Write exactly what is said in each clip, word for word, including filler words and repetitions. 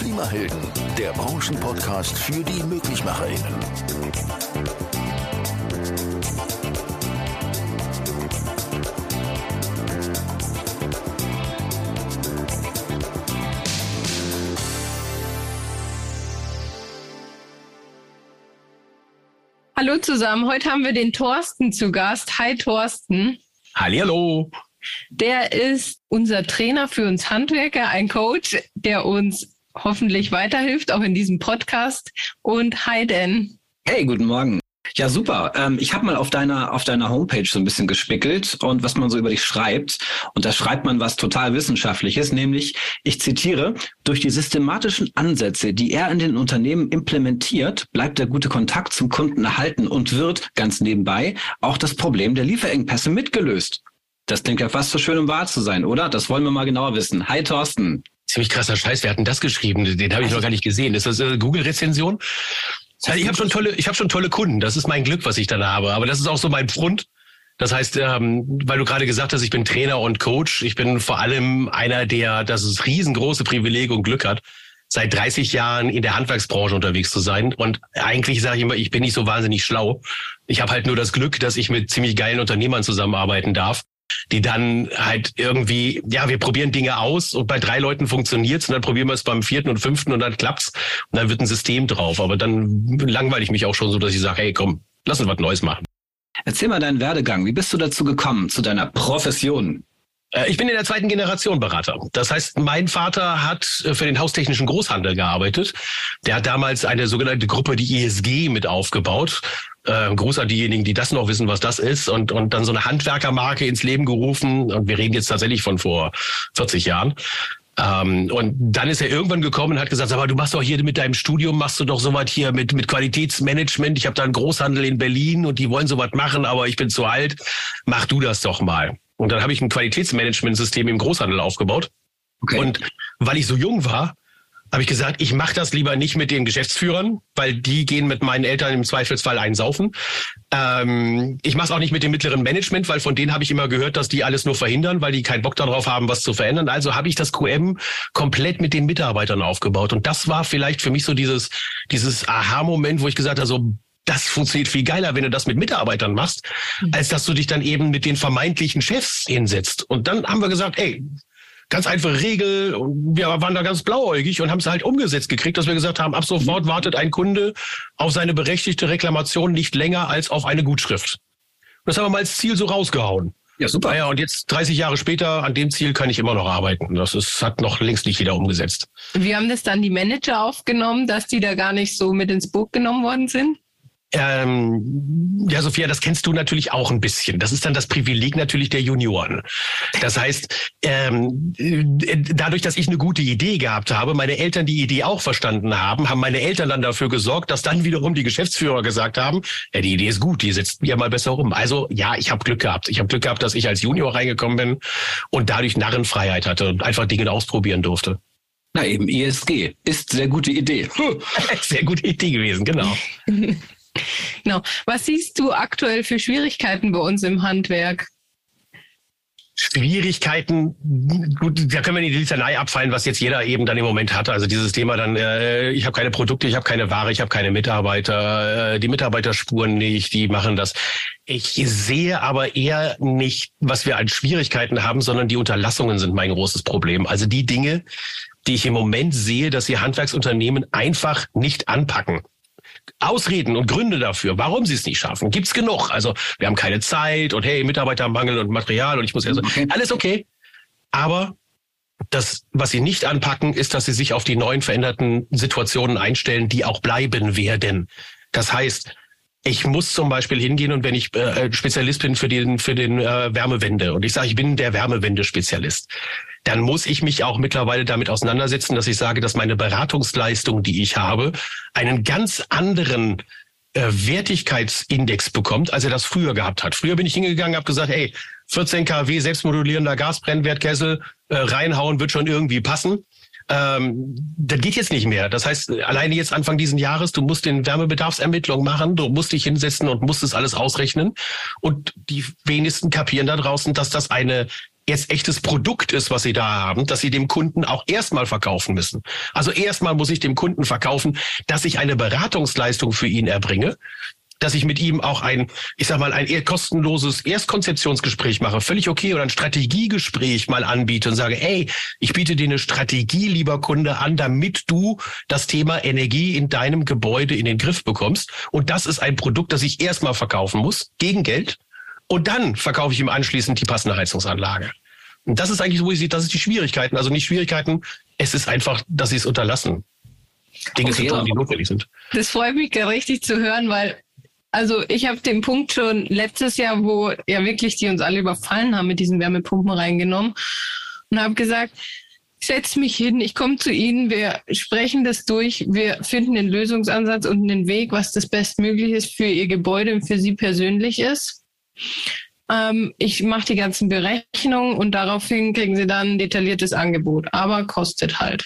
Klimahelden, der Branchenpodcast für die MöglichmacherInnen. Hallo zusammen, heute haben wir den Thorsten zu Gast. Hi Thorsten. Hallihallo. Der ist unser Trainer für uns Handwerker, ein Coach, der uns hoffentlich weiterhilft, auch in diesem Podcast. Und hi Dan. Hey, guten Morgen. Ja, super. Ähm, ich habe mal auf deiner auf deiner Homepage so ein bisschen gespickelt und was man so über dich schreibt. Und da schreibt man was total Wissenschaftliches, nämlich, ich zitiere, durch die systematischen Ansätze, die er in den Unternehmen implementiert, bleibt der gute Kontakt zum Kunden erhalten und wird, ganz nebenbei, auch das Problem der Lieferengpässe mitgelöst. Das klingt ja fast so schön, um wahr zu sein, oder? Das wollen wir mal genauer wissen. Hi, Thorsten. Ziemlich krasser Scheiß. Wer hat denn das geschrieben? Den habe ich noch gar nicht gesehen. Ist das eine Google-Rezension? Ja, ich habe schon tolle, ich habe schon tolle Kunden. Das ist mein Glück, was ich dann habe. Aber das ist auch so mein Pfund. Das heißt, ähm, weil du gerade gesagt hast, ich bin Trainer und Coach. Ich bin vor allem einer, der das riesengroße Privileg und Glück hat, seit dreißig Jahren in der Handwerksbranche unterwegs zu sein. Und eigentlich sage ich immer, ich bin nicht so wahnsinnig schlau. Ich habe halt nur das Glück, dass ich mit ziemlich geilen Unternehmern zusammenarbeiten darf, die dann halt irgendwie, ja, wir probieren Dinge aus und bei drei Leuten funktioniert's und dann probieren wir es beim vierten und fünften und dann klappt's und dann wird ein System drauf. Aber dann langweile ich mich auch schon so, dass ich sage, hey, komm, lass uns was Neues machen. Erzähl mal deinen Werdegang. Wie bist du dazu gekommen, zu deiner Profession? Ich bin in der zweiten Generation Berater. Das heißt, mein Vater hat für den haustechnischen Großhandel gearbeitet. Der hat damals eine sogenannte Gruppe, die I S G, mit aufgebaut. Äh, Gruß an diejenigen, die das noch wissen, was das ist. Und, und dann so eine Handwerkermarke ins Leben gerufen. Und wir reden jetzt tatsächlich von vor vierzig Jahren. Ähm, und dann ist er irgendwann gekommen und hat gesagt, aber du machst doch hier mit deinem Studium, machst du doch sowas hier mit, mit Qualitätsmanagement. Ich habe da einen Großhandel in Berlin und die wollen sowas machen, aber ich bin zu alt. Mach du das doch mal. Und dann habe ich ein Qualitätsmanagementsystem im Großhandel aufgebaut. Okay. Und weil ich so jung war, habe ich gesagt, ich mache das lieber nicht mit den Geschäftsführern, weil die gehen mit meinen Eltern im Zweifelsfall einsaufen. Ähm, ich mache es auch nicht mit dem mittleren Management, weil von denen habe ich immer gehört, dass die alles nur verhindern, weil die keinen Bock darauf haben, was zu verändern. Also habe ich das Q M komplett mit den Mitarbeitern aufgebaut. Und das war vielleicht für mich so dieses, dieses Aha-Moment, wo ich gesagt habe, so, das funktioniert viel geiler, wenn du das mit Mitarbeitern machst, als dass du dich dann eben mit den vermeintlichen Chefs hinsetzt. Und dann haben wir gesagt, ey, ganz einfache Regel. Und wir waren da ganz blauäugig und haben es halt umgesetzt gekriegt, dass wir gesagt haben, ab sofort wartet ein Kunde auf seine berechtigte Reklamation nicht länger als auf eine Gutschrift. Das haben wir mal als Ziel so rausgehauen. Ja, super. Naja, und jetzt dreißig Jahre später, an dem Ziel kann ich immer noch arbeiten. Das ist, hat noch längst nicht jeder umgesetzt. Wie haben das dann die Manager aufgenommen, dass die da gar nicht so mit ins Boot genommen worden sind? Ähm, ja, Sophia, das kennst du natürlich auch ein bisschen. Das ist dann das Privileg natürlich der Junioren. Das heißt, ähm, dadurch, dass ich eine gute Idee gehabt habe, meine Eltern die Idee auch verstanden haben, haben meine Eltern dann dafür gesorgt, dass dann wiederum die Geschäftsführer gesagt haben, ja, die Idee ist gut, die setzt wir mal besser um. Also ja, ich habe Glück gehabt. Ich habe Glück gehabt, dass ich als Junior reingekommen bin und dadurch Narrenfreiheit hatte und einfach Dinge ausprobieren durfte. Na eben, I S G ist sehr gute Idee. Sehr gute Idee gewesen, genau. Genau. Was siehst du aktuell für Schwierigkeiten bei uns im Handwerk? Schwierigkeiten, gut, da können wir in die Litanei abfallen, was jetzt jeder eben dann im Moment hat. Also dieses Thema dann, äh, ich habe keine Produkte, ich habe keine Ware, ich habe keine Mitarbeiter, äh, die Mitarbeiter spuren nicht, die machen das. Ich sehe aber eher nicht, was wir an Schwierigkeiten haben, sondern die Unterlassungen sind mein großes Problem. Also die Dinge, die ich im Moment sehe, dass die Handwerksunternehmen einfach nicht anpacken. Ausreden und Gründe dafür, warum sie es nicht schaffen, gibt's genug. Also wir haben keine Zeit und hey, Mitarbeitermangel und Material und ich muss ja so, okay. Alles okay. Aber das, was sie nicht anpacken, ist, dass sie sich auf die neuen veränderten Situationen einstellen, die auch bleiben werden. Das heißt, ich muss zum Beispiel hingehen und wenn ich äh, Spezialist bin für den für den äh, Wärmewende und ich sage, ich bin der Wärmewende-Spezialist, dann muss ich mich auch mittlerweile damit auseinandersetzen, dass ich sage, dass meine Beratungsleistung, die ich habe, einen ganz anderen äh, Wertigkeitsindex bekommt, als er das früher gehabt hat. Früher bin ich hingegangen, habe gesagt, hey, vierzehn Kilowatt selbstmodulierender Gasbrennwertkessel, äh, reinhauen wird schon irgendwie passen. Ähm, das geht jetzt nicht mehr. Das heißt, alleine jetzt Anfang diesen Jahres, du musst den Wärmebedarfsermittlung machen, du musst dich hinsetzen und musst das alles ausrechnen. Und die wenigsten kapieren da draußen, dass das eine jetzt echtes Produkt ist, was sie da haben, dass sie dem Kunden auch erstmal verkaufen müssen. Also erstmal muss ich dem Kunden verkaufen, dass ich eine Beratungsleistung für ihn erbringe, dass ich mit ihm auch ein, ich sag mal, ein eher kostenloses Erstkonzeptionsgespräch mache, völlig okay, oder ein Strategiegespräch mal anbiete und sage, ey, ich biete dir eine Strategie, lieber Kunde, an, damit du das Thema Energie in deinem Gebäude in den Griff bekommst. Und das ist ein Produkt, das ich erstmal verkaufen muss, gegen Geld. Und dann verkaufe ich ihm anschließend die passende Heizungsanlage. Und das ist eigentlich, wo ich sehe, das ist die Schwierigkeiten. Also nicht Schwierigkeiten, es ist einfach, dass sie es unterlassen, Dinge Okay, zu tun, die notwendig sind. Das freut mich gar richtig zu hören, weil also ich habe den Punkt schon letztes Jahr, wo ja wirklich die uns alle überfallen haben, mit diesen Wärmepumpen reingenommen und habe gesagt, setz mich hin, ich komme zu Ihnen, wir sprechen das durch, wir finden den Lösungsansatz und den Weg, was das Bestmögliche ist für Ihr Gebäude und für Sie persönlich ist. Ähm, ich mache die ganzen Berechnungen und daraufhin kriegen Sie dann ein detailliertes Angebot, aber kostet halt.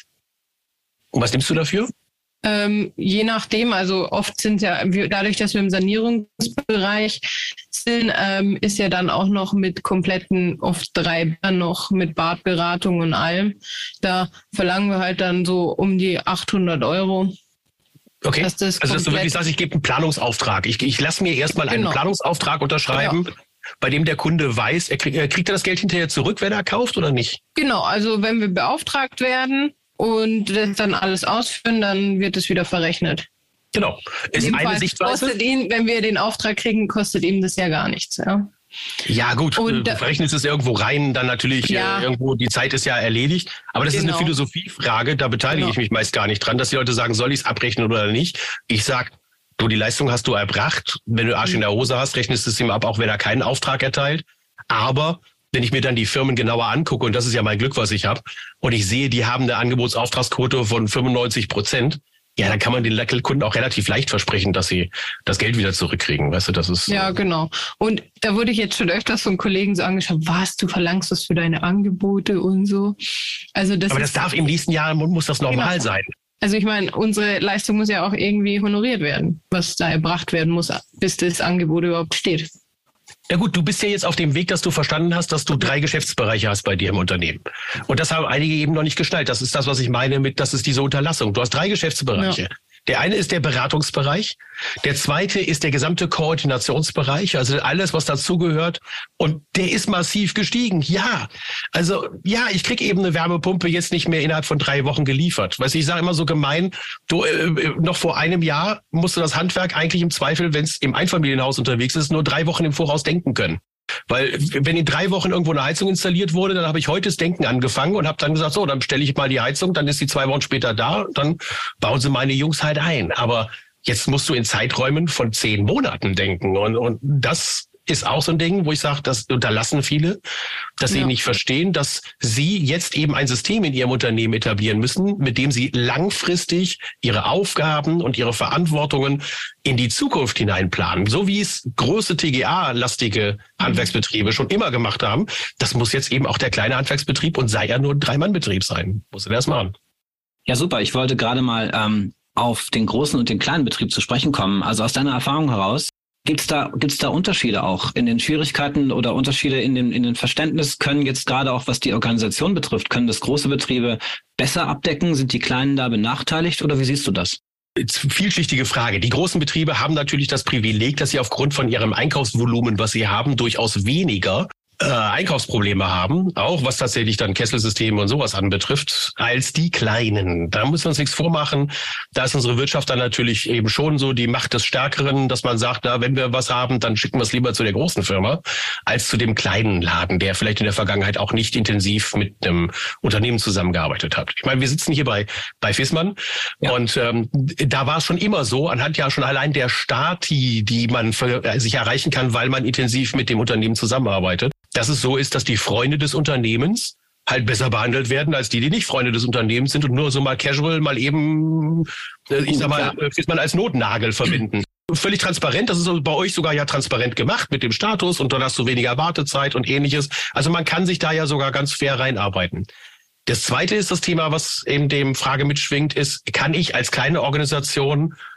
Und was nimmst du dafür? Ähm, je nachdem, also oft sind ja, wir, dadurch, dass wir im Sanierungsbereich sind, ähm, ist ja dann auch noch mit kompletten, oft drei noch mit Badberatung und allem. Da verlangen wir halt dann so um die achthundert Euro. Okay, dass das also dass du wirklich sagst, ich gebe einen Planungsauftrag. Ich, ich lasse mir erstmal einen Genau. Planungsauftrag unterschreiben, ja, bei dem der Kunde weiß, er kriegt, kriegt er das Geld hinterher zurück, wenn er kauft oder nicht? Genau, also wenn wir beauftragt werden und das dann alles ausführen, dann wird es wieder verrechnet. Genau. Ist eine Fall Sichtweise. Kostet ihn, wenn wir den Auftrag kriegen, kostet ihm das ja gar nichts. Ja, ja gut, und, du verrechnest es irgendwo rein, dann natürlich ja, äh, irgendwo, die Zeit ist ja erledigt. Aber das genau. ist eine Philosophiefrage, da beteilige genau. ich mich meist gar nicht dran, dass die Leute sagen, soll ich es abrechnen oder nicht? Ich sag, du, die Leistung hast du erbracht. Wenn du Arsch mhm. in der Hose hast, rechnest es ihm ab, auch wenn er keinen Auftrag erteilt. Aber wenn ich mir dann die Firmen genauer angucke, und das ist ja mein Glück, was ich habe, und ich sehe, die haben eine Angebotsauftragsquote von fünfundneunzig Prozent, ja, dann kann man den Kunden auch relativ leicht versprechen, dass sie das Geld wieder zurückkriegen. Weißt du, das ist. Ja, genau. Und da wurde ich jetzt schon öfters von Kollegen so angeschaut, was, du verlangst das für deine Angebote und so. Also das Aber das ist, darf im nächsten Jahr, muss das normal genau. sein. Also ich meine, unsere Leistung muss ja auch irgendwie honoriert werden, was da erbracht werden muss, bis das Angebot überhaupt steht. Ja gut, du bist ja jetzt auf dem Weg, dass du verstanden hast, dass du drei Geschäftsbereiche hast bei dir im Unternehmen. Und das haben einige eben noch nicht gestaltet. Das ist das, was ich meine mit, das ist diese Unterlassung. Du hast drei Geschäftsbereiche. Ja. Der eine ist der Beratungsbereich. Der zweite ist der gesamte Koordinationsbereich, also alles, was dazugehört. Und der ist massiv gestiegen. Ja, also ja, ich krieg eben eine Wärmepumpe jetzt nicht mehr innerhalb von drei Wochen geliefert. Weißt du, ich sage immer so gemein, du, äh, noch vor einem Jahr musst du das Handwerk eigentlich im Zweifel, wenn es im Einfamilienhaus unterwegs ist, nur drei Wochen im Voraus denken können. Weil wenn in drei Wochen irgendwo eine Heizung installiert wurde, dann habe ich heute das Denken angefangen und habe dann gesagt, so, dann stelle ich mal die Heizung, dann ist die zwei Wochen später da, dann bauen sie meine Jungs halt ein. Aber jetzt musst du in Zeiträumen von zehn Monaten denken. Und, und das ist auch so ein Ding, wo ich sage, das unterlassen viele, dass sie ja. nicht verstehen, dass sie jetzt eben ein System in ihrem Unternehmen etablieren müssen, mit dem sie langfristig ihre Aufgaben und ihre Verantwortungen in die Zukunft hineinplanen. So wie es große T G A-lastige Handwerksbetriebe schon immer gemacht haben. Das muss jetzt eben auch der kleine Handwerksbetrieb und sei ja nur ein Drei-Mann-Betrieb sein. Muss er das machen. Ja, super. Ich wollte gerade mal ähm, auf den großen und den kleinen Betrieb zu sprechen kommen. Also aus deiner Erfahrung heraus, Gibt's da, gibt's da Unterschiede auch in den Schwierigkeiten oder Unterschiede in den, in den Verständnis? Können jetzt gerade auch, was die Organisation betrifft, können das große Betriebe besser abdecken? Sind die Kleinen da benachteiligt oder wie siehst du das? Vielschichtige Frage. Die großen Betriebe haben natürlich das Privileg, dass sie aufgrund von ihrem Einkaufsvolumen, was sie haben, durchaus weniger äh, Einkaufsprobleme haben, auch was tatsächlich dann Kesselsysteme und sowas anbetrifft, als die Kleinen. Da müssen wir uns nichts vormachen. Da ist unsere Wirtschaft dann natürlich eben schon so die Macht des Stärkeren, dass man sagt, na, wenn wir was haben, dann schicken wir es lieber zu der großen Firma, als zu dem kleinen Laden, der vielleicht in der Vergangenheit auch nicht intensiv mit einem Unternehmen zusammengearbeitet hat. Ich meine, wir sitzen hier bei bei Fissmann ja. und ähm, da war es schon immer so, anhand ja schon allein der Stati, die man für sich erreichen kann, weil man intensiv mit dem Unternehmen zusammenarbeitet, dass es so ist, dass die Freunde des Unternehmens halt besser behandelt werden als die, die nicht Freunde des Unternehmens sind und nur so mal casual mal eben, ich sag mal, Fissmann als Notnagel verwenden. Völlig transparent, das ist bei euch sogar ja transparent gemacht mit dem Status und dann hast du weniger Wartezeit und ähnliches. Also man kann sich da ja sogar ganz fair reinarbeiten. Das zweite ist das Thema, was in dem Frage mitschwingt, ist, kann ich als kleine Organisation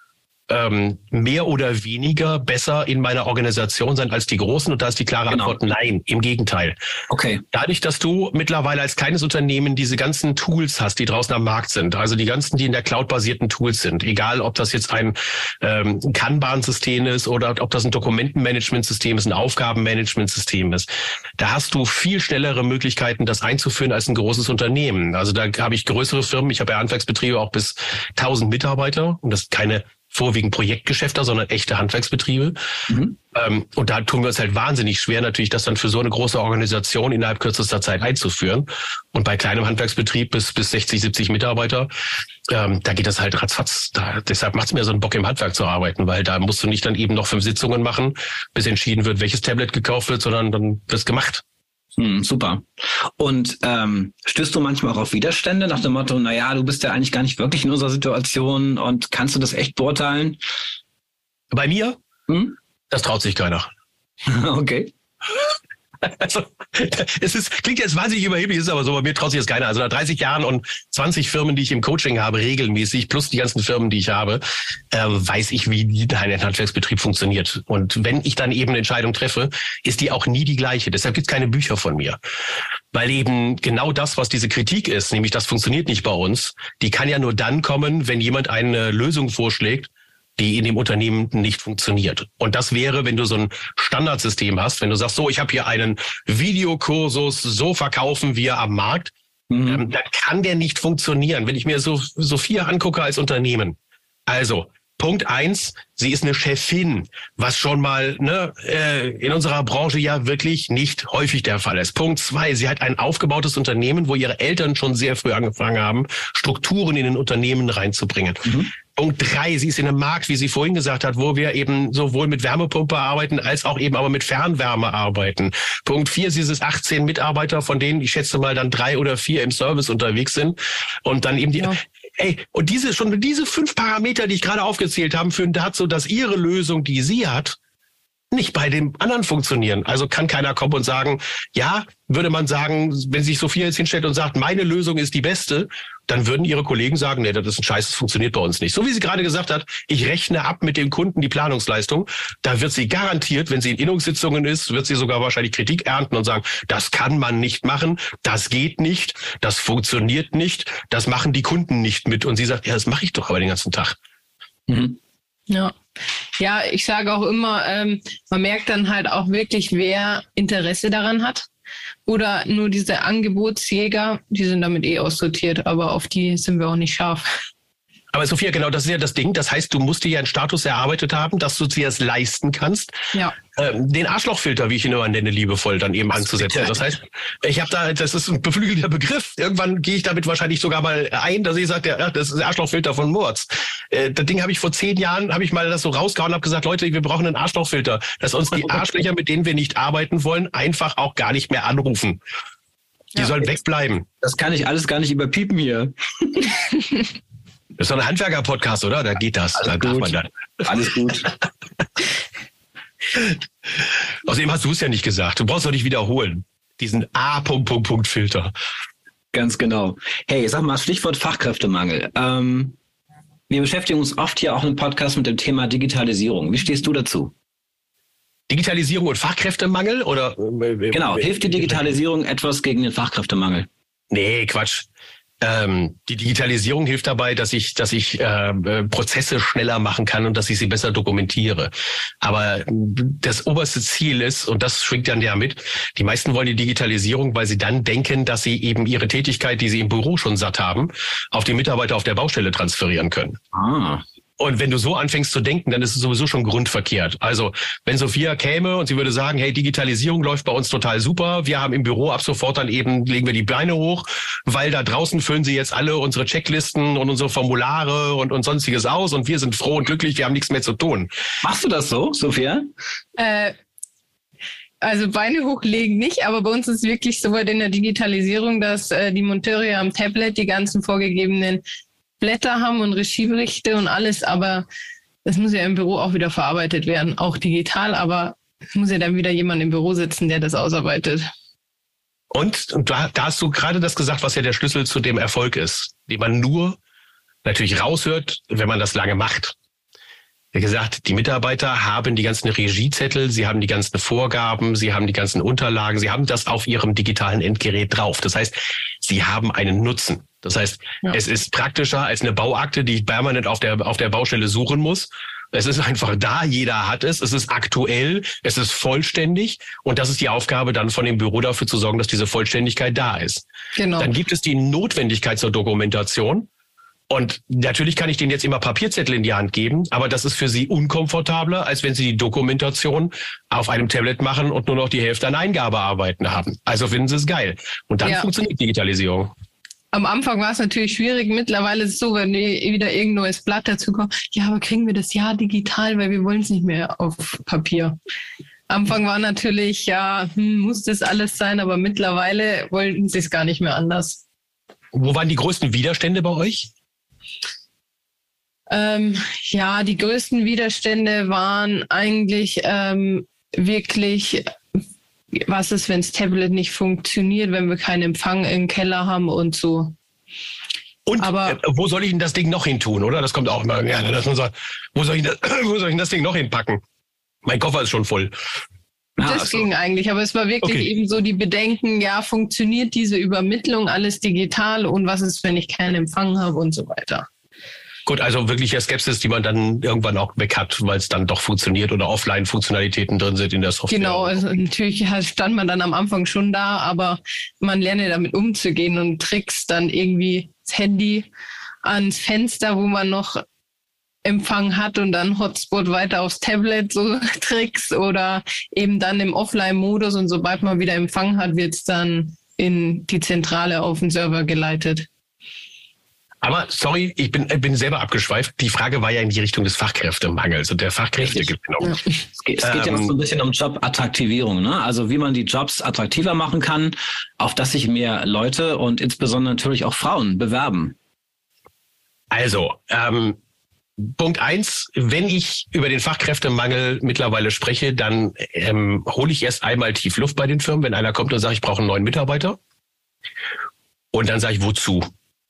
ähm, mehr oder weniger besser in meiner Organisation sein als die Großen? Und da ist die klare Genau. Antwort nein, im Gegenteil. Okay. Dadurch, dass du mittlerweile als kleines Unternehmen diese ganzen Tools hast, die draußen am Markt sind, also die ganzen, die in der Cloud-basierten Tools sind, egal ob das jetzt ein ähm, Kanban-System ist oder ob das ein Dokumentenmanagementsystem ist, ein Aufgabenmanagementsystem ist, da hast du viel schnellere Möglichkeiten, das einzuführen als ein großes Unternehmen. Also da habe ich größere Firmen, ich habe ja Handwerksbetriebe auch bis tausend Mitarbeiter und das sind keine vorwiegend Projektgeschäfte, sondern echte Handwerksbetriebe. Mhm. Ähm, und da tun wir uns halt wahnsinnig schwer, natürlich das dann für so eine große Organisation innerhalb kürzester Zeit einzuführen. Und bei kleinem Handwerksbetrieb bis bis sechzig, siebzig Mitarbeiter, ähm, da geht das halt ratzfatz. Da, deshalb macht es mir so einen Bock, im Handwerk zu arbeiten, weil da musst du nicht dann eben noch fünf Sitzungen machen, bis entschieden wird, welches Tablet gekauft wird, sondern dann wird's gemacht. Hm, super. Und ähm, stößt du manchmal auch auf Widerstände nach dem Motto, naja, du bist ja eigentlich gar nicht wirklich in unserer Situation und kannst du das echt beurteilen? Bei mir? Hm? Das traut sich keiner. Okay. Also, es ist, klingt jetzt wahnsinnig überheblich, ist aber so, bei mir traut sich das keiner. Also nach dreißig Jahren und zwanzig Firmen, die ich im Coaching habe, regelmäßig, plus die ganzen Firmen, die ich habe, äh, weiß ich, wie ein Handwerksbetrieb funktioniert. Und wenn ich dann eben eine Entscheidung treffe, ist die auch nie die gleiche. Deshalb gibt es keine Bücher von mir. Weil eben genau das, was diese Kritik ist, nämlich das funktioniert nicht bei uns, die kann ja nur dann kommen, wenn jemand eine Lösung vorschlägt, die in dem Unternehmen nicht funktioniert. Und das wäre, wenn du so ein Standardsystem hast, wenn du sagst, so, ich habe hier einen Videokursus, so verkaufen wir am Markt, mhm. ähm, dann kann der nicht funktionieren. Wenn ich mir so Sophia angucke als Unternehmen, also Punkt eins, sie ist eine Chefin, was schon mal ne, äh, in unserer Branche ja wirklich nicht häufig der Fall ist. Punkt zwei, sie hat ein aufgebautes Unternehmen, wo ihre Eltern schon sehr früh angefangen haben, Strukturen in den Unternehmen reinzubringen. Mhm. Punkt drei, sie ist in einem Markt, wie sie vorhin gesagt hat, wo wir eben sowohl mit Wärmepumpe arbeiten, als auch eben aber mit Fernwärme arbeiten. Punkt vier, sie ist achtzehn Mitarbeiter, von denen ich schätze mal dann drei oder vier im Service unterwegs sind. Und dann eben die... Ja. Ey, und diese schon diese fünf Parameter, die ich gerade aufgezählt habe, führen dazu, dass ihre Lösung, die sie hat, nicht bei dem anderen funktionieren. Also kann keiner kommen und sagen, ja, würde man sagen, wenn sich Sophia jetzt hinstellt und sagt, meine Lösung ist die beste, dann würden ihre Kollegen sagen, nee, das ist ein Scheiß, das funktioniert bei uns nicht. So wie sie gerade gesagt hat, ich rechne ab mit dem Kunden die Planungsleistung, da wird sie garantiert, wenn sie in Innungssitzungen ist, wird sie sogar wahrscheinlich Kritik ernten und sagen, das kann man nicht machen, das geht nicht, das funktioniert nicht, das machen die Kunden nicht mit. Und sie sagt, ja, das mache ich doch aber den ganzen Tag. Mhm. Ja. Ja, ich sage auch immer, ähm, man merkt dann halt auch wirklich, wer Interesse daran hat. Oder nur diese Angebotsjäger, die sind damit eh aussortiert, aber auf die sind wir auch nicht scharf. Aber Sophia, genau, das ist ja das Ding. Das heißt, du musst dir ja einen Status erarbeitet haben, dass du dir es leisten kannst, ja. ähm, den Arschlochfilter, wie ich ihn immer nenne, liebevoll dann eben anzusetzen. Das heißt, ich habe da, das ist ein beflügelter Begriff. Irgendwann gehe ich damit wahrscheinlich sogar mal ein, dass ich sage, ja, das ist der Arschlochfilter von Murz. Äh, das Ding habe ich vor zehn Jahren, habe ich mal das so rausgehauen und habe gesagt, Leute, wir brauchen einen Arschlochfilter, dass uns die Arschlöcher, mit denen wir nicht arbeiten wollen, einfach auch gar nicht mehr anrufen. Die ja, sollen wegbleiben. Das kann ich alles gar nicht überpiepen hier. Das ist doch ein Handwerker-Podcast, oder? Da geht das. Alles da darf gut. man dann. Alles gut. Außerdem hast du es ja nicht gesagt. Du brauchst doch nicht wiederholen. Diesen A-Punkt-Punkt-Punkt-Filter. Ganz genau. Hey, sag mal, Stichwort Fachkräftemangel. Ähm, wir beschäftigen uns oft hier auch im Podcast mit dem Thema Digitalisierung. Wie stehst du dazu? Digitalisierung und Fachkräftemangel? Oder? Genau. Hilft die Digitalisierung etwas gegen den Fachkräftemangel? Nee, Quatsch. Ähm, die Digitalisierung hilft dabei, dass ich, dass ich äh, Prozesse schneller machen kann und dass ich sie besser dokumentiere. Aber das oberste Ziel ist, und das schwingt dann ja mit, die meisten wollen die Digitalisierung, weil sie dann denken, dass sie eben ihre Tätigkeit, die sie im Büro schon satt haben, auf die Mitarbeiter auf der Baustelle transferieren können. Ah. Und wenn du so anfängst zu denken, dann ist es sowieso schon grundverkehrt. Also wenn Sophia käme und sie würde sagen, hey, Digitalisierung läuft bei uns total super, wir haben im Büro ab sofort dann eben, legen wir die Beine hoch, weil da draußen füllen sie jetzt alle unsere Checklisten und unsere Formulare und, und sonstiges aus und wir sind froh und glücklich, wir haben nichts mehr zu tun. Machst du das so, Sophia? Äh, also Beine hochlegen nicht, aber bei uns ist es wirklich so weit in der Digitalisierung, dass äh, die Monteure am Tablet die ganzen vorgegebenen Blätter haben und Regieberichte und alles, aber das muss ja im Büro auch wieder verarbeitet werden, auch digital, aber es muss ja dann wieder jemand im Büro sitzen, der das ausarbeitet. Und, und da, da hast du gerade das gesagt, was ja der Schlüssel zu dem Erfolg ist, den man nur natürlich raushört, wenn man das lange macht. Wie gesagt, die Mitarbeiter haben die ganzen Regiezettel, sie haben die ganzen Vorgaben, sie haben die ganzen Unterlagen, sie haben das auf ihrem digitalen Endgerät drauf. Das heißt, sie haben einen Nutzen. Das heißt, ja. es ist praktischer als eine Bauakte, die ich permanent auf der, auf der Baustelle suchen muss. Es ist einfach da, jeder hat es, es ist aktuell, es ist vollständig und das ist die Aufgabe dann von dem Büro dafür zu sorgen, dass diese Vollständigkeit da ist. Genau. Dann gibt es die Notwendigkeit zur Dokumentation. Und natürlich kann ich denen jetzt immer Papierzettel in die Hand geben, aber das ist für sie unkomfortabler, als wenn sie die Dokumentation auf einem Tablet machen und nur noch die Hälfte an Eingabearbeiten haben. Also finden sie es geil. Und dann ja. funktioniert Digitalisierung. Am Anfang war es natürlich schwierig. Mittlerweile ist es so, wenn wieder irgendein neues Blatt dazu kommt, ja, aber kriegen wir das ja digital, weil wir wollen es nicht mehr auf Papier. Am Anfang war natürlich, ja, hm, muss das alles sein, aber mittlerweile wollten sie es gar nicht mehr anders. Wo waren die größten Widerstände bei euch? Ähm, ja, die größten Widerstände waren eigentlich ähm, wirklich, was ist, wenn das Tablet nicht funktioniert, wenn wir keinen Empfang im Keller haben und so. Und Aber, äh, wo soll ich denn das Ding noch hin tun, oder? Das kommt auch immer gerne, dass man sagt, wo soll ich das, wo soll ich denn das Ding noch hinpacken? Mein Koffer ist schon voll. Das ah, also. ging eigentlich, aber es war wirklich okay. eben so die Bedenken, ja, funktioniert diese Übermittlung alles digital und was ist, wenn ich keinen Empfang habe und so weiter. Gut, also wirkliche Skepsis, die man dann irgendwann auch weg hat, weil es dann doch funktioniert oder Offline-Funktionalitäten drin sind in der Software. Genau, also natürlich stand man dann am Anfang schon da, aber man lerne damit umzugehen und Tricks dann irgendwie das Handy ans Fenster, wo man noch Empfang hat und dann Hotspot weiter aufs Tablet, so Tricks oder eben dann im Offline-Modus und sobald man wieder Empfang hat, wird es dann in die Zentrale auf den Server geleitet. Aber sorry, ich bin, bin selber abgeschweift. Die Frage war ja in die Richtung des Fachkräftemangels und der Fachkräftegewinnung. Ja. Es geht, es geht ähm, ja auch so ein bisschen um Jobattraktivierung, ne? Also wie man die Jobs attraktiver machen kann, auf dass sich mehr Leute und insbesondere natürlich auch Frauen bewerben. Also, ähm, Punkt eins, wenn ich über den Fachkräftemangel mittlerweile spreche, dann ähm, hole ich erst einmal tief Luft bei den Firmen, wenn einer kommt und sagt, ich brauche einen neuen Mitarbeiter. Und dann sage ich, wozu?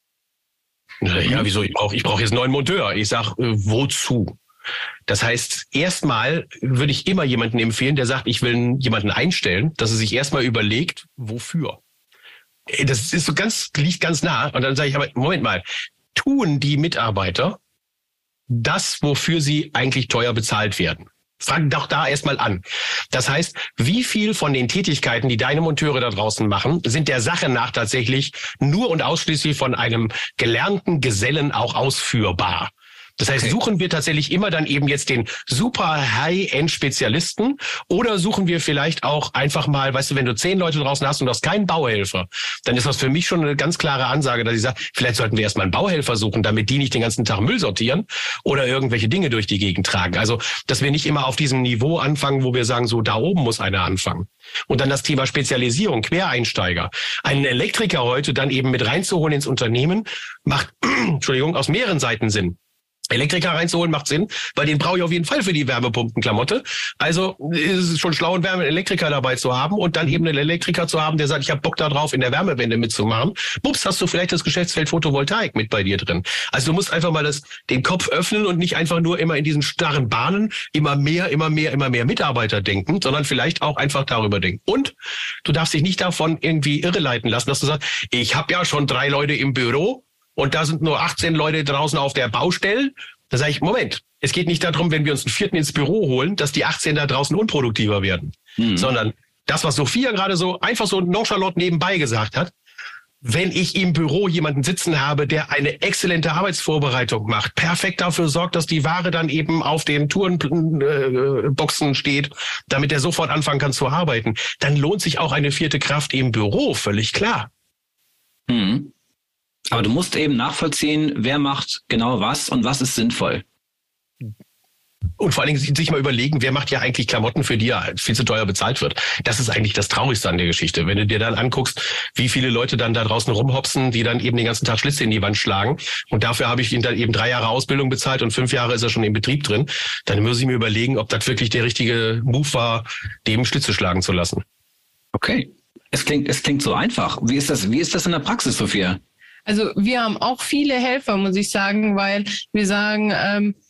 Ja, wieso? Ich brauche ich brauche jetzt einen neuen Monteur. Ich sage, äh, wozu? Das heißt, erstmal würde ich immer jemanden empfehlen, der sagt, ich will jemanden einstellen, dass er sich erstmal überlegt, wofür. Das ist so ganz, liegt ganz nah. Und dann sage ich, aber Moment mal, tun die Mitarbeiter das, wofür sie eigentlich teuer bezahlt werden? Fang doch da erstmal an. Das heißt, wie viel von den Tätigkeiten, die deine Monteure da draußen machen, sind der Sache nach tatsächlich nur und ausschließlich von einem gelernten Gesellen auch ausführbar? Das heißt, okay. suchen wir tatsächlich immer dann eben jetzt den super High-End-Spezialisten oder suchen wir vielleicht auch einfach mal, weißt du, wenn du zehn Leute draußen hast und du hast keinen Bauhelfer, dann ist das für mich schon eine ganz klare Ansage, dass ich sage, vielleicht sollten wir erstmal einen Bauhelfer suchen, damit die nicht den ganzen Tag Müll sortieren oder irgendwelche Dinge durch die Gegend tragen. Also, dass wir nicht immer auf diesem Niveau anfangen, wo wir sagen, so da oben muss einer anfangen. Und dann das Thema Spezialisierung, Quereinsteiger. Einen Elektriker heute dann eben mit reinzuholen ins Unternehmen, macht, Entschuldigung, aus mehreren Seiten Sinn. Elektriker reinzuholen macht Sinn, weil den brauche ich auf jeden Fall für die Wärmepumpenklamotte. Also ist es schon schlau, einen Wärmeelektriker dabei zu haben und dann eben einen Elektriker zu haben, der sagt, ich habe Bock da drauf, in der Wärmewende mitzumachen. Bups, hast du vielleicht das Geschäftsfeld Photovoltaik mit bei dir drin. Also du musst einfach mal das, den Kopf öffnen und nicht einfach nur immer in diesen starren Bahnen immer mehr, immer mehr, immer mehr Mitarbeiter denken, sondern vielleicht auch einfach darüber denken. Und du darfst dich nicht davon irgendwie irreleiten lassen, dass du sagst, ich habe ja schon drei Leute im Büro, und da sind nur achtzehn Leute draußen auf der Baustelle. Da sage ich, Moment, es geht nicht darum, wenn wir uns einen vierten ins Büro holen, dass die achtzehn da draußen unproduktiver werden. Mhm. Sondern das, was Sophia gerade so einfach so nonchalant nebenbei gesagt hat, wenn ich im Büro jemanden sitzen habe, der eine exzellente Arbeitsvorbereitung macht, perfekt dafür sorgt, dass die Ware dann eben auf den Tourenboxen steht, damit er sofort anfangen kann zu arbeiten, dann lohnt sich auch eine vierte Kraft im Büro, völlig klar. Mhm. Aber du musst eben nachvollziehen, wer macht genau was und was ist sinnvoll. Und vor allen Dingen sich mal überlegen, wer macht ja eigentlich Klamotten, für die ja viel zu teuer bezahlt wird. Das ist eigentlich das Traurigste an der Geschichte. Wenn du dir dann anguckst, wie viele Leute dann da draußen rumhopsen, die dann eben den ganzen Tag Schlitze in die Wand schlagen. Und dafür habe ich ihnen dann eben drei Jahre Ausbildung bezahlt und fünf Jahre ist er schon im Betrieb drin. Dann muss ich mir überlegen, ob das wirklich der richtige Move war, dem Schlitze schlagen zu lassen. Okay. Es klingt, es klingt so einfach. Wie ist das, wie ist das in der Praxis, Sophia? Also wir haben auch viele Helfer, muss ich sagen, weil wir sagen, ähm,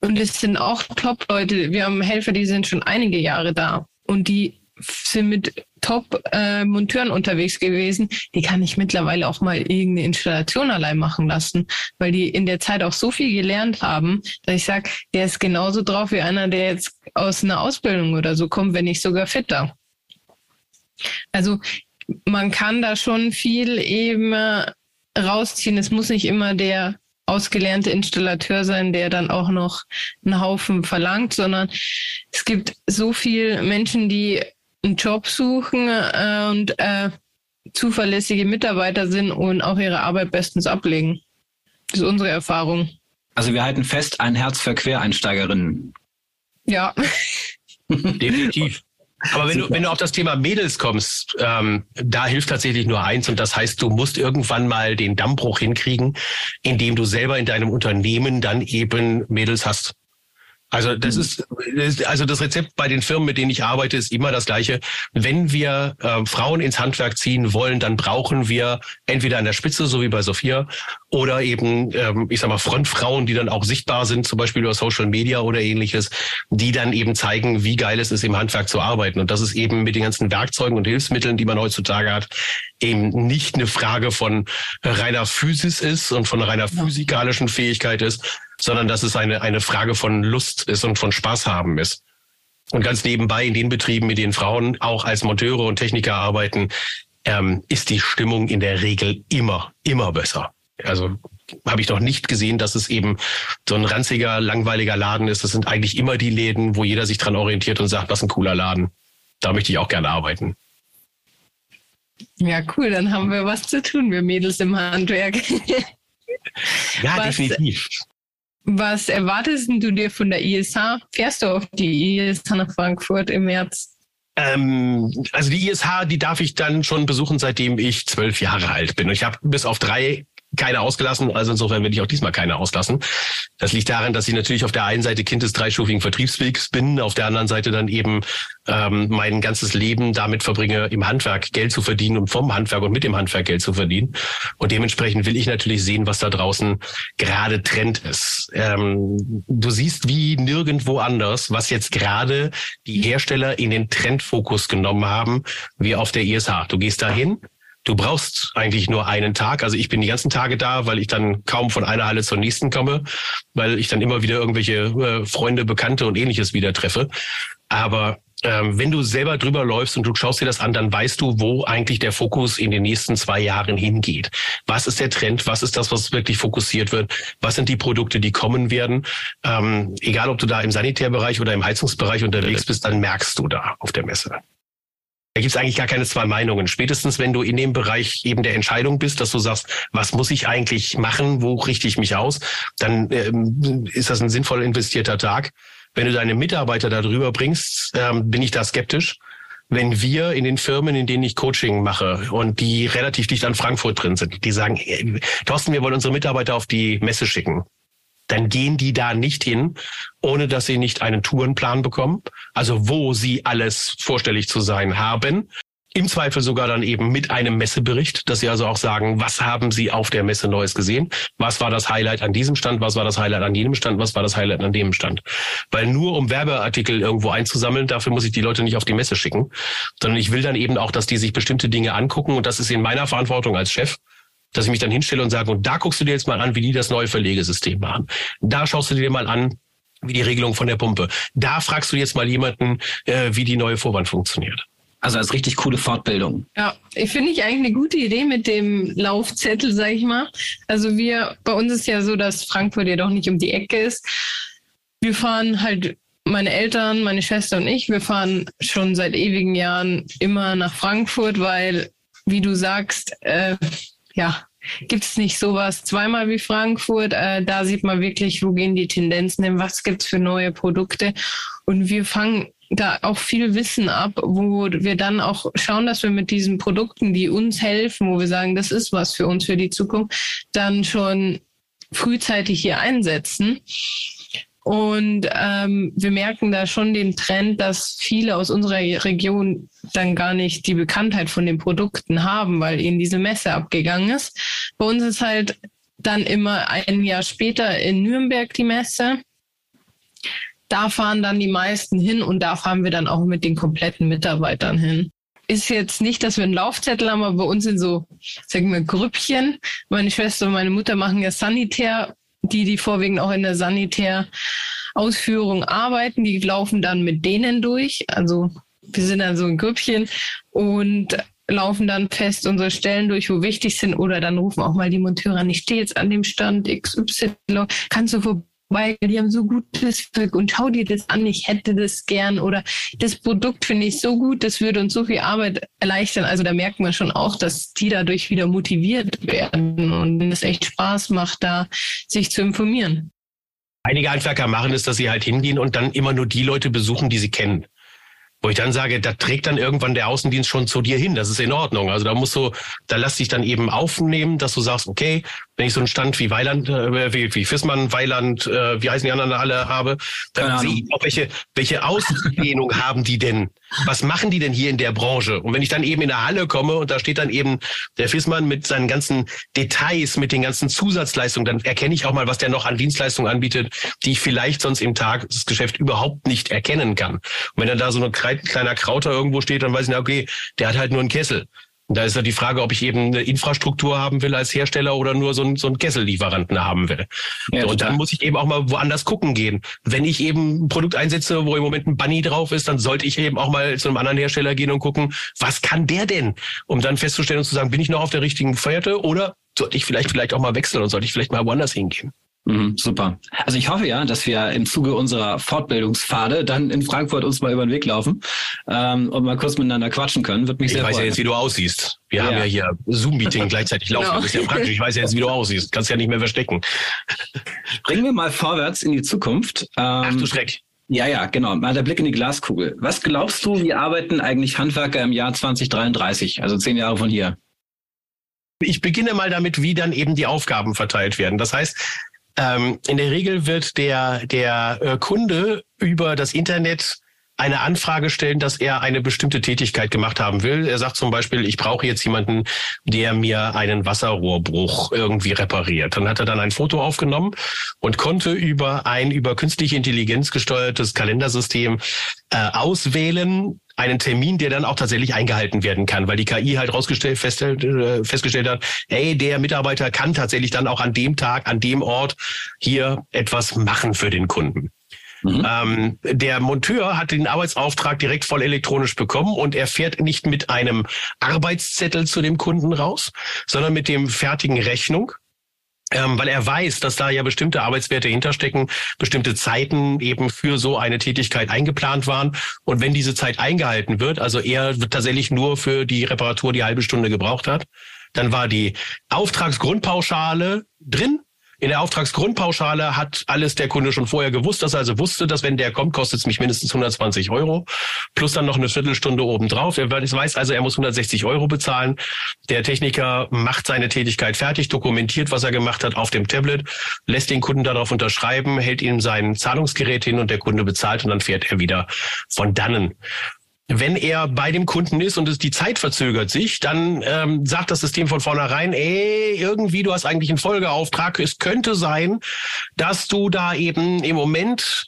Und es sind auch Top-Leute. Wir haben Helfer, die sind schon einige Jahre da. Und die sind mit Top-Monteuren äh, unterwegs gewesen. Die kann ich mittlerweile auch mal irgendeine Installation allein machen lassen, weil die in der Zeit auch so viel gelernt haben, dass ich sage, der ist genauso drauf wie einer, der jetzt aus einer Ausbildung oder so kommt, wenn nicht sogar fitter. Also man kann da schon viel eben rausziehen. Es muss nicht immer der ausgelernte Installateur sein, der dann auch noch einen Haufen verlangt, sondern es gibt so viele Menschen, die einen Job suchen äh, und äh, zuverlässige Mitarbeiter sind und auch ihre Arbeit bestens ablegen. Das ist unsere Erfahrung. Also wir halten fest, ein Herz für Quereinsteigerinnen. Ja. Definitiv. Aber wenn du, wenn du auf das Thema Mädels kommst, ähm, da hilft tatsächlich nur eins, und das heißt, du musst irgendwann mal den Dammbruch hinkriegen, indem du selber in deinem Unternehmen dann eben Mädels hast. Also das ist, also das Rezept bei den Firmen, mit denen ich arbeite, ist immer das gleiche. Wenn wir äh, Frauen ins Handwerk ziehen wollen, dann brauchen wir entweder an der Spitze, so wie bei Sophia, oder eben, ähm, ich sag mal, Frontfrauen, die dann auch sichtbar sind, zum Beispiel über Social Media oder ähnliches, die dann eben zeigen, wie geil es ist, im Handwerk zu arbeiten. Und das ist eben mit den ganzen Werkzeugen und Hilfsmitteln, die man heutzutage hat, eben nicht eine Frage von reiner Physis ist und von reiner physikalischen Fähigkeit ist, sondern dass es eine eine Frage von Lust ist und von Spaß haben ist. Und ganz nebenbei in den Betrieben, mit denen Frauen auch als Monteure und Techniker arbeiten, ähm, ist die Stimmung in der Regel immer, immer besser. Also habe ich noch nicht gesehen, dass es eben so ein ranziger, langweiliger Laden ist. Das sind eigentlich immer die Läden, wo jeder sich dran orientiert und sagt, was ein cooler Laden. Da möchte ich auch gerne arbeiten. Ja, cool, dann haben wir was zu tun, wir Mädels im Handwerk. Ja, was, definitiv. Was erwartest du dir von der I S H? Fährst du auf die I S H nach Frankfurt im März? Ähm, also die I S H, die darf ich dann schon besuchen, seitdem ich zwölf Jahre alt bin. Und ich habe bis auf drei keine ausgelassen, also insofern werde ich auch diesmal keine auslassen. Das liegt daran, dass ich natürlich auf der einen Seite Kind des dreistufigen Vertriebswegs bin, auf der anderen Seite dann eben ähm, mein ganzes Leben damit verbringe, im Handwerk Geld zu verdienen und vom Handwerk und mit dem Handwerk Geld zu verdienen. Und dementsprechend will ich natürlich sehen, was da draußen gerade Trend ist. Ähm, du siehst wie nirgendwo anders, was jetzt gerade die Hersteller in den Trendfokus genommen haben, wie auf der I S H. Du gehst dahin. Du brauchst eigentlich nur einen Tag. Also ich bin die ganzen Tage da, weil ich dann kaum von einer Halle zur nächsten komme, weil ich dann immer wieder irgendwelche äh, Freunde, Bekannte und ähnliches wieder treffe. Aber ähm, wenn du selber drüber läufst und du schaust dir das an, dann weißt du, wo eigentlich der Fokus in den nächsten zwei Jahren hingeht. Was ist der Trend? Was ist das, was wirklich fokussiert wird? Was sind die Produkte, die kommen werden? Ähm, egal, ob du da im Sanitärbereich oder im Heizungsbereich unterwegs bist, dann merkst du da auf der Messe. Da gibt es eigentlich gar keine zwei Meinungen. Spätestens, wenn du in dem Bereich eben der Entscheidung bist, dass du sagst, was muss ich eigentlich machen, wo richte ich mich aus, dann ähm, ist das ein sinnvoll investierter Tag. Wenn du deine Mitarbeiter darüber bringst, ähm, bin ich da skeptisch. Wenn wir in den Firmen, in denen ich Coaching mache und die relativ dicht an Frankfurt drin sind, die sagen, hey, Thorsten, wir wollen unsere Mitarbeiter auf die Messe schicken, dann gehen die da nicht hin, ohne dass sie nicht einen Tourenplan bekommen, also wo sie alles vorstellig zu sein haben. Im Zweifel sogar dann eben mit einem Messebericht, dass sie also auch sagen, was haben sie auf der Messe Neues gesehen? Was war das Highlight an diesem Stand? Was war das Highlight an jenem Stand? Was war das Highlight an dem Stand? Weil nur um Werbeartikel irgendwo einzusammeln, dafür muss ich die Leute nicht auf die Messe schicken, sondern ich will dann eben auch, dass die sich bestimmte Dinge angucken, und das ist in meiner Verantwortung als Chef, dass ich mich dann hinstelle und sage, und da guckst du dir jetzt mal an, wie die das neue Verlegesystem machen. Da schaust du dir mal an, wie die Regelung von der Pumpe. Da fragst du jetzt mal jemanden, äh, wie die neue Vorwand funktioniert. Also als richtig coole Fortbildung. Ja, ich finde ich eigentlich eine gute Idee mit dem Laufzettel, sag ich mal. Also wir, bei uns ist ja so, dass Frankfurt ja doch nicht um die Ecke ist. Wir fahren halt, meine Eltern, meine Schwester und ich, wir fahren schon seit ewigen Jahren immer nach Frankfurt, weil, wie du sagst, äh, ja, gibt es nicht sowas zweimal wie Frankfurt. Äh, da sieht man wirklich, wo gehen die Tendenzen hin, was gibt es für neue Produkte. Und wir fangen da auch viel Wissen ab, wo wir dann auch schauen, dass wir mit diesen Produkten, die uns helfen, wo wir sagen, das ist was für uns für die Zukunft, dann schon frühzeitig hier einsetzen. Und ähm, wir merken da schon den Trend, dass viele aus unserer Region dann gar nicht die Bekanntheit von den Produkten haben, weil ihnen diese Messe abgegangen ist. Bei uns ist halt dann immer ein Jahr später in Nürnberg die Messe. Da fahren dann die meisten hin und da fahren wir dann auch mit den kompletten Mitarbeitern hin. Ist jetzt nicht, dass wir einen Laufzettel haben, aber bei uns sind so, sagen wir, Grüppchen. Meine Schwester und meine Mutter machen ja Sanitär, die, die vorwiegend auch in der Sanitärausführung arbeiten, die laufen dann mit denen durch. Also wir sind dann so ein Grüppchen und laufen dann fest unsere Stellen durch, wo wichtig sind. Oder dann rufen auch mal die Monteure an, ich stehe jetzt an dem Stand X Y, kannst du vorbei? Weil die haben so gutes Zeug und schau dir das an, ich hätte das gern oder das Produkt finde ich so gut, das würde uns so viel Arbeit erleichtern. Also da merkt man schon auch, dass die dadurch wieder motiviert werden und es echt Spaß macht, da sich zu informieren. Einige Handwerker machen es, dass sie halt hingehen und dann immer nur die Leute besuchen, die sie kennen. Wo ich dann sage, da trägt dann irgendwann der Außendienst schon zu dir hin. Das ist in Ordnung. Also da musst du, da lass dich dann eben aufnehmen, dass du sagst, okay, wenn ich so einen Stand wie Weiland, äh, wie, wie Fissmann, Weiland, äh, wie heißen die anderen alle habe, dann sehe ich auch, welche, welche Ausdehnung haben die denn? Was machen die denn hier in der Branche? Und wenn ich dann eben in der Halle komme und da steht dann eben der Fissmann mit seinen ganzen Details, mit den ganzen Zusatzleistungen, dann erkenne ich auch mal, was der noch an Dienstleistungen anbietet, die ich vielleicht sonst im Tagesgeschäft überhaupt nicht erkennen kann. Und wenn dann da so ein kleiner Krauter irgendwo steht, dann weiß ich, okay, der hat halt nur einen Kessel. Und da ist ja die Frage, ob ich eben eine Infrastruktur haben will als Hersteller oder nur so einen, so einen Kessellieferanten haben will. Ja, und dann muss ich eben auch mal woanders gucken gehen. Wenn ich eben ein Produkt einsetze, wo im Moment ein Bunny drauf ist, dann sollte ich eben auch mal zu einem anderen Hersteller gehen und gucken, was kann der denn? Um dann festzustellen und zu sagen, bin ich noch auf der richtigen Fährte oder sollte ich vielleicht vielleicht auch mal wechseln und sollte ich vielleicht mal woanders hingehen? Mhm, super. Also ich hoffe ja, dass wir im Zuge unserer Fortbildungspfade dann in Frankfurt uns mal über den Weg laufen ähm, und mal kurz miteinander quatschen können. Wird mich ich sehr weiß freuen. ja jetzt, wie du aussiehst. Wir ja. haben ja hier Zoom-Meeting gleichzeitig laufen. Genau. Das ist ja praktisch. Ich weiß ja jetzt, wie du aussiehst. Kannst ja nicht mehr verstecken. Bringen wir mal vorwärts in die Zukunft. Ähm, Ach du Schreck. Ja, ja, genau. Mal der Blick in die Glaskugel. Was glaubst du, wie arbeiten eigentlich Handwerker im Jahr zwanzig dreiunddreißig, also zehn Jahre von hier? Ich beginne mal damit, wie dann eben die Aufgaben verteilt werden. Das heißt, Ähm, in der Regel wird der, der äh, Kunde über das Internet eine Anfrage stellen, dass er eine bestimmte Tätigkeit gemacht haben will. Er sagt zum Beispiel, ich brauche jetzt jemanden, der mir einen Wasserrohrbruch irgendwie repariert. Dann hat er dann ein Foto aufgenommen und konnte über ein über künstliche Intelligenz gesteuertes Kalendersystem äh, auswählen, einen Termin, der dann auch tatsächlich eingehalten werden kann, weil die K I halt rausgestellt, feststellt, äh, festgestellt hat, hey, der Mitarbeiter kann tatsächlich dann auch an dem Tag, an dem Ort hier etwas machen für den Kunden. Mhm. Ähm, der Monteur hat den Arbeitsauftrag direkt voll elektronisch bekommen und er fährt nicht mit einem Arbeitszettel zu dem Kunden raus, sondern mit dem fertigen Rechnung. Ähm, weil er weiß, dass da ja bestimmte Arbeitswerte hinterstecken, bestimmte Zeiten eben für so eine Tätigkeit eingeplant waren. Und wenn diese Zeit eingehalten wird, also er tatsächlich nur für die Reparatur die halbe Stunde gebraucht hat, dann war die Auftragsgrundpauschale drin. In der Auftragsgrundpauschale hat alles der Kunde schon vorher gewusst, dass er also wusste, dass wenn der kommt, kostet es mich mindestens hundertzwanzig Euro, plus dann noch eine Viertelstunde obendrauf. Er weiß also, er muss hundertsechzig Euro bezahlen. Der Techniker macht seine Tätigkeit fertig, dokumentiert, was er gemacht hat auf dem Tablet, lässt den Kunden darauf unterschreiben, hält ihm sein Zahlungsgerät hin und der Kunde bezahlt und dann fährt er wieder von dannen. Wenn er bei dem Kunden ist und es die Zeit verzögert sich, dann ähm, sagt das System von vornherein, ey, irgendwie, du hast eigentlich einen Folgeauftrag. Es könnte sein, dass du da eben im Moment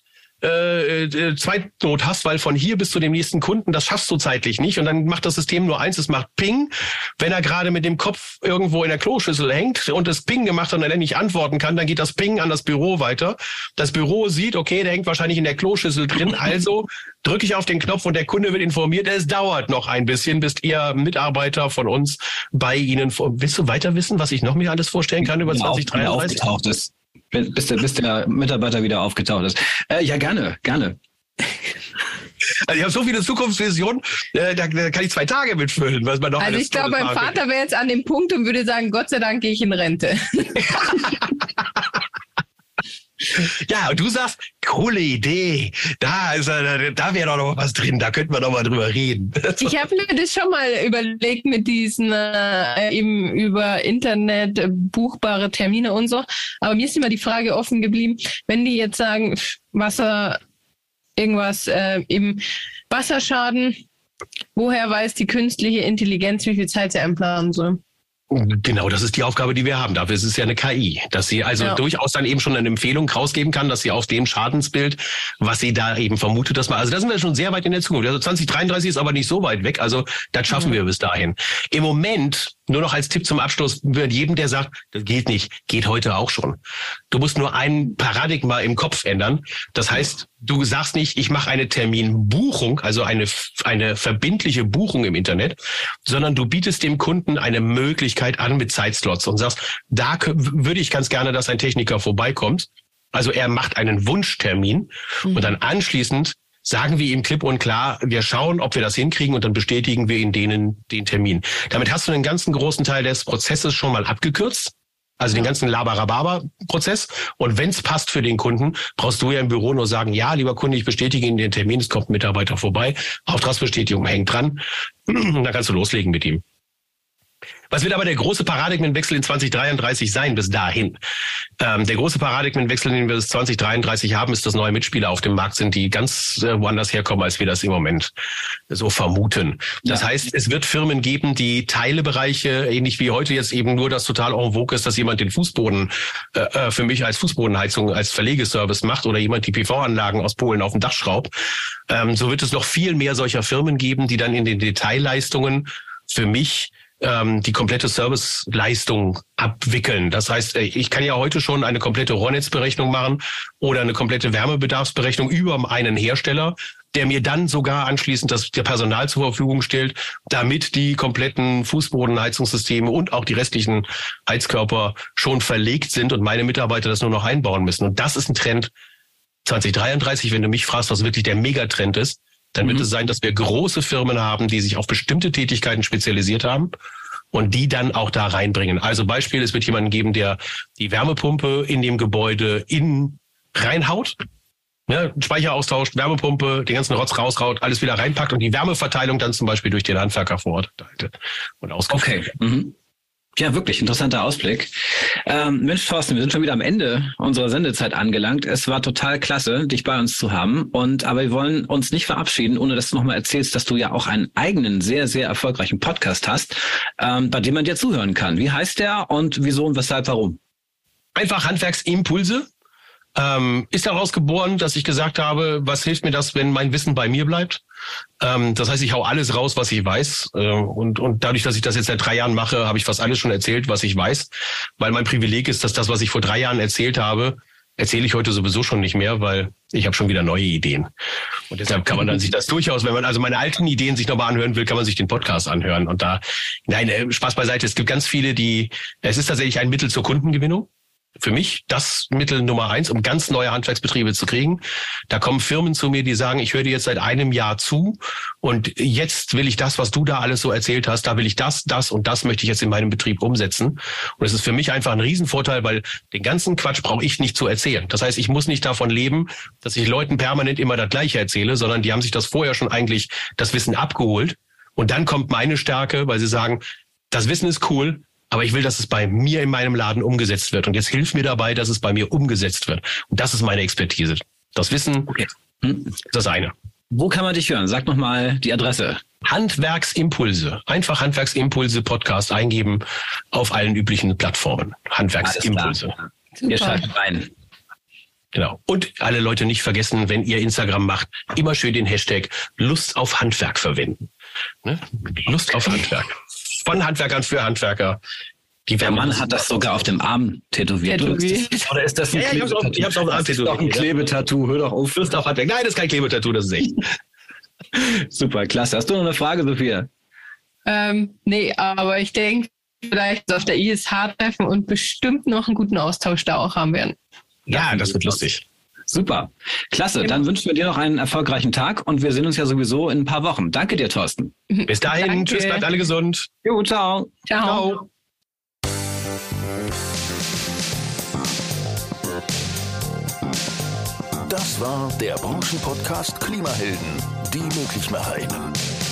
äh, äh, Zweitnot hast, weil von hier bis zu dem nächsten Kunden, das schaffst du zeitlich nicht. Und dann macht das System nur eins, es macht Ping. Wenn er gerade mit dem Kopf irgendwo in der Kloschüssel hängt und das Ping gemacht hat und er nicht antworten kann, dann geht das Ping an das Büro weiter. Das Büro sieht, okay, der hängt wahrscheinlich in der Kloschüssel drin, also drücke ich auf den Knopf und der Kunde wird informiert. Es dauert noch ein bisschen, bis ihr Mitarbeiter von uns bei Ihnen vor. Willst du weiter wissen, was ich noch mir alles vorstellen kann über zwanzig dreiunddreißig? Aufgetaucht ist. Bis der, bis der Mitarbeiter wieder aufgetaucht ist. Äh, ja, gerne, gerne. Also ich habe so viele Zukunftsvisionen, äh, da, da kann ich zwei Tage mitfüllen, was man noch. Also ich glaube, mein Vater wäre jetzt an dem Punkt und würde sagen, Gott sei Dank gehe ich in Rente. Ja, und du sagst, coole Idee, da ist da, da wäre doch noch was drin, da könnten wir doch mal drüber reden. Ich habe mir das schon mal überlegt mit diesen äh, eben über Internet äh, buchbare Termine und so, aber mir ist immer die Frage offen geblieben, wenn die jetzt sagen, Wasser, irgendwas, äh, eben Wasserschaden, woher weiß die künstliche Intelligenz, wie viel Zeit sie einplanen soll? Genau, das ist die Aufgabe, die wir haben. Dafür ist es ja eine K I, dass sie also ja. durchaus dann eben schon eine Empfehlung rausgeben kann, dass sie auf dem Schadensbild, was sie da eben vermutet, dass man, also da sind wir schon sehr weit in der Zukunft. Also zwanzig dreiunddreißig ist aber nicht so weit weg, also das schaffen mhm. wir bis dahin. Im Moment, nur noch als Tipp zum Abschluss, wird jedem, der sagt, das geht nicht, geht heute auch schon. Du musst nur ein Paradigma im Kopf ändern. Das heißt, du sagst nicht, ich mache eine Terminbuchung, also eine, eine verbindliche Buchung im Internet, sondern du bietest dem Kunden eine Möglichkeit an mit Zeitslots und sagst, da würde ich ganz gerne, dass ein Techniker vorbeikommt. Also er macht einen Wunschtermin mhm. und dann anschließend sagen wir ihm klipp und klar, wir schauen, ob wir das hinkriegen und dann bestätigen wir in denen den Termin. Damit hast du den ganzen großen Teil des Prozesses schon mal abgekürzt. Also den ganzen Labarababa-Prozess. Und wenn es passt für den Kunden, brauchst du ja im Büro nur sagen, ja, lieber Kunde, ich bestätige Ihnen den Termin, es kommt ein Mitarbeiter vorbei, Auftragsbestätigung hängt dran. Und dann kannst du loslegen mit ihm. Was wird aber der große Paradigmenwechsel in zwanzig dreiunddreißig sein bis dahin? Ähm, der große Paradigmenwechsel, den wir bis zwanzig dreiunddreißig haben, ist, dass neue Mitspieler auf dem Markt sind, die ganz äh, woanders herkommen, als wir das im Moment so vermuten. Das ja. heißt, es wird Firmen geben, die Teilebereiche, ähnlich wie heute jetzt eben nur das total en vogue ist, dass jemand den Fußboden äh, für mich als Fußbodenheizung, als Verlegeservice macht oder jemand die P V-Anlagen aus Polen auf dem Dach schraubt. Ähm, so wird es noch viel mehr solcher Firmen geben, die dann in den Detailleistungen für mich die komplette Serviceleistung abwickeln. Das heißt, ich kann ja heute schon eine komplette Rohrnetzberechnung machen oder eine komplette Wärmebedarfsberechnung über einen Hersteller, der mir dann sogar anschließend das der Personal zur Verfügung stellt, damit die kompletten Fußbodenheizungssysteme und auch die restlichen Heizkörper schon verlegt sind und meine Mitarbeiter das nur noch einbauen müssen. Und das ist ein Trend zwanzig dreiunddreißig, wenn du mich fragst, was wirklich der Megatrend ist. Dann wird mhm. es sein, dass wir große Firmen haben, die sich auf bestimmte Tätigkeiten spezialisiert haben und die dann auch da reinbringen. Also Beispiel, es wird jemanden geben, der die Wärmepumpe in dem Gebäude in reinhaut, ne, Speicher austauscht, Wärmepumpe, den ganzen Rotz rausraut, alles wieder reinpackt und die Wärmeverteilung dann zum Beispiel durch den Handwerker vor Ort und ausgeführt. Okay. Mhm. Ja, wirklich interessanter Ausblick. Ähm, Mensch, Thorsten, wir sind schon wieder am Ende unserer Sendezeit angelangt. Es war total klasse, dich bei uns zu haben. Und aber wir wollen uns nicht verabschieden, ohne dass du nochmal erzählst, dass du ja auch einen eigenen, sehr, sehr erfolgreichen Podcast hast, ähm, bei dem man dir zuhören kann. Wie heißt der und wieso und weshalb, warum? Einfach Handwerksimpulse. Ähm, ist daraus geboren, dass ich gesagt habe, was hilft mir das, wenn mein Wissen bei mir bleibt? Ähm, das heißt, ich hau alles raus, was ich weiß. Äh, und, und dadurch, dass ich das jetzt seit drei Jahren mache, habe ich fast alles schon erzählt, was ich weiß. Weil mein Privileg ist, dass das, was ich vor drei Jahren erzählt habe, erzähle ich heute sowieso schon nicht mehr, weil ich habe schon wieder neue Ideen. Und deshalb kann man dann sich das durchaus, wenn man also meine alten Ideen sich nochmal anhören will, kann man sich den Podcast anhören. Und da, nein, Spaß beiseite, es gibt ganz viele, die, es ist tatsächlich ein Mittel zur Kundengewinnung. Für mich das Mittel Nummer eins, um ganz neue Handwerksbetriebe zu kriegen. Da kommen Firmen zu mir, die sagen, ich höre dir jetzt seit einem Jahr zu und jetzt will ich das, was du da alles so erzählt hast, da will ich das, das und das möchte ich jetzt in meinem Betrieb umsetzen. Und es ist für mich einfach ein Riesenvorteil, weil den ganzen Quatsch brauche ich nicht zu erzählen. Das heißt, ich muss nicht davon leben, dass ich Leuten permanent immer das Gleiche erzähle, sondern die haben sich das vorher schon eigentlich, das Wissen abgeholt. Und dann kommt meine Stärke, weil sie sagen, das Wissen ist cool, aber ich will, dass es bei mir in meinem Laden umgesetzt wird. Und jetzt hilf mir dabei, dass es bei mir umgesetzt wird. Und das ist meine Expertise. Das Wissen okay. ist das eine. Wo kann man dich hören? Sag nochmal die Adresse. Handwerksimpulse. Einfach Handwerksimpulse Podcast eingeben auf allen üblichen Plattformen. Handwerksimpulse. Wir schalten rein. Genau. Und alle Leute nicht vergessen, wenn ihr Instagram macht, immer schön den Hashtag Lust auf Handwerk verwenden. Ne? Lust auf Handwerk. Von Handwerkern für Handwerker. Die Der Mann hat das sogar auf dem Arm tätowiert. tätowiert. Oder ist das ein ja, Klebetattoo? Ich hab's auf, auf dem Arm tätowiert. Das ist doch ein Klebetattoo. Hör doch auf. Lust auf Handwerk. Nein, das ist kein Klebetattoo, das ist echt. Super, klasse. Hast du noch eine Frage, Sophia? Ähm, nee, aber ich denke, vielleicht auf der I S H treffen und bestimmt noch einen guten Austausch da auch haben werden. Ja, das wird lustig. Super. Klasse. Dann wünschen wir dir noch einen erfolgreichen Tag und wir sehen uns ja sowieso in ein paar Wochen. Danke dir, Thorsten. Bis dahin. Danke. Tschüss, bleibt alle gesund. Jo, ciao. Ciao. Ciao. Das war der Branchenpodcast Klimahelden, die Möglichmacherinnen.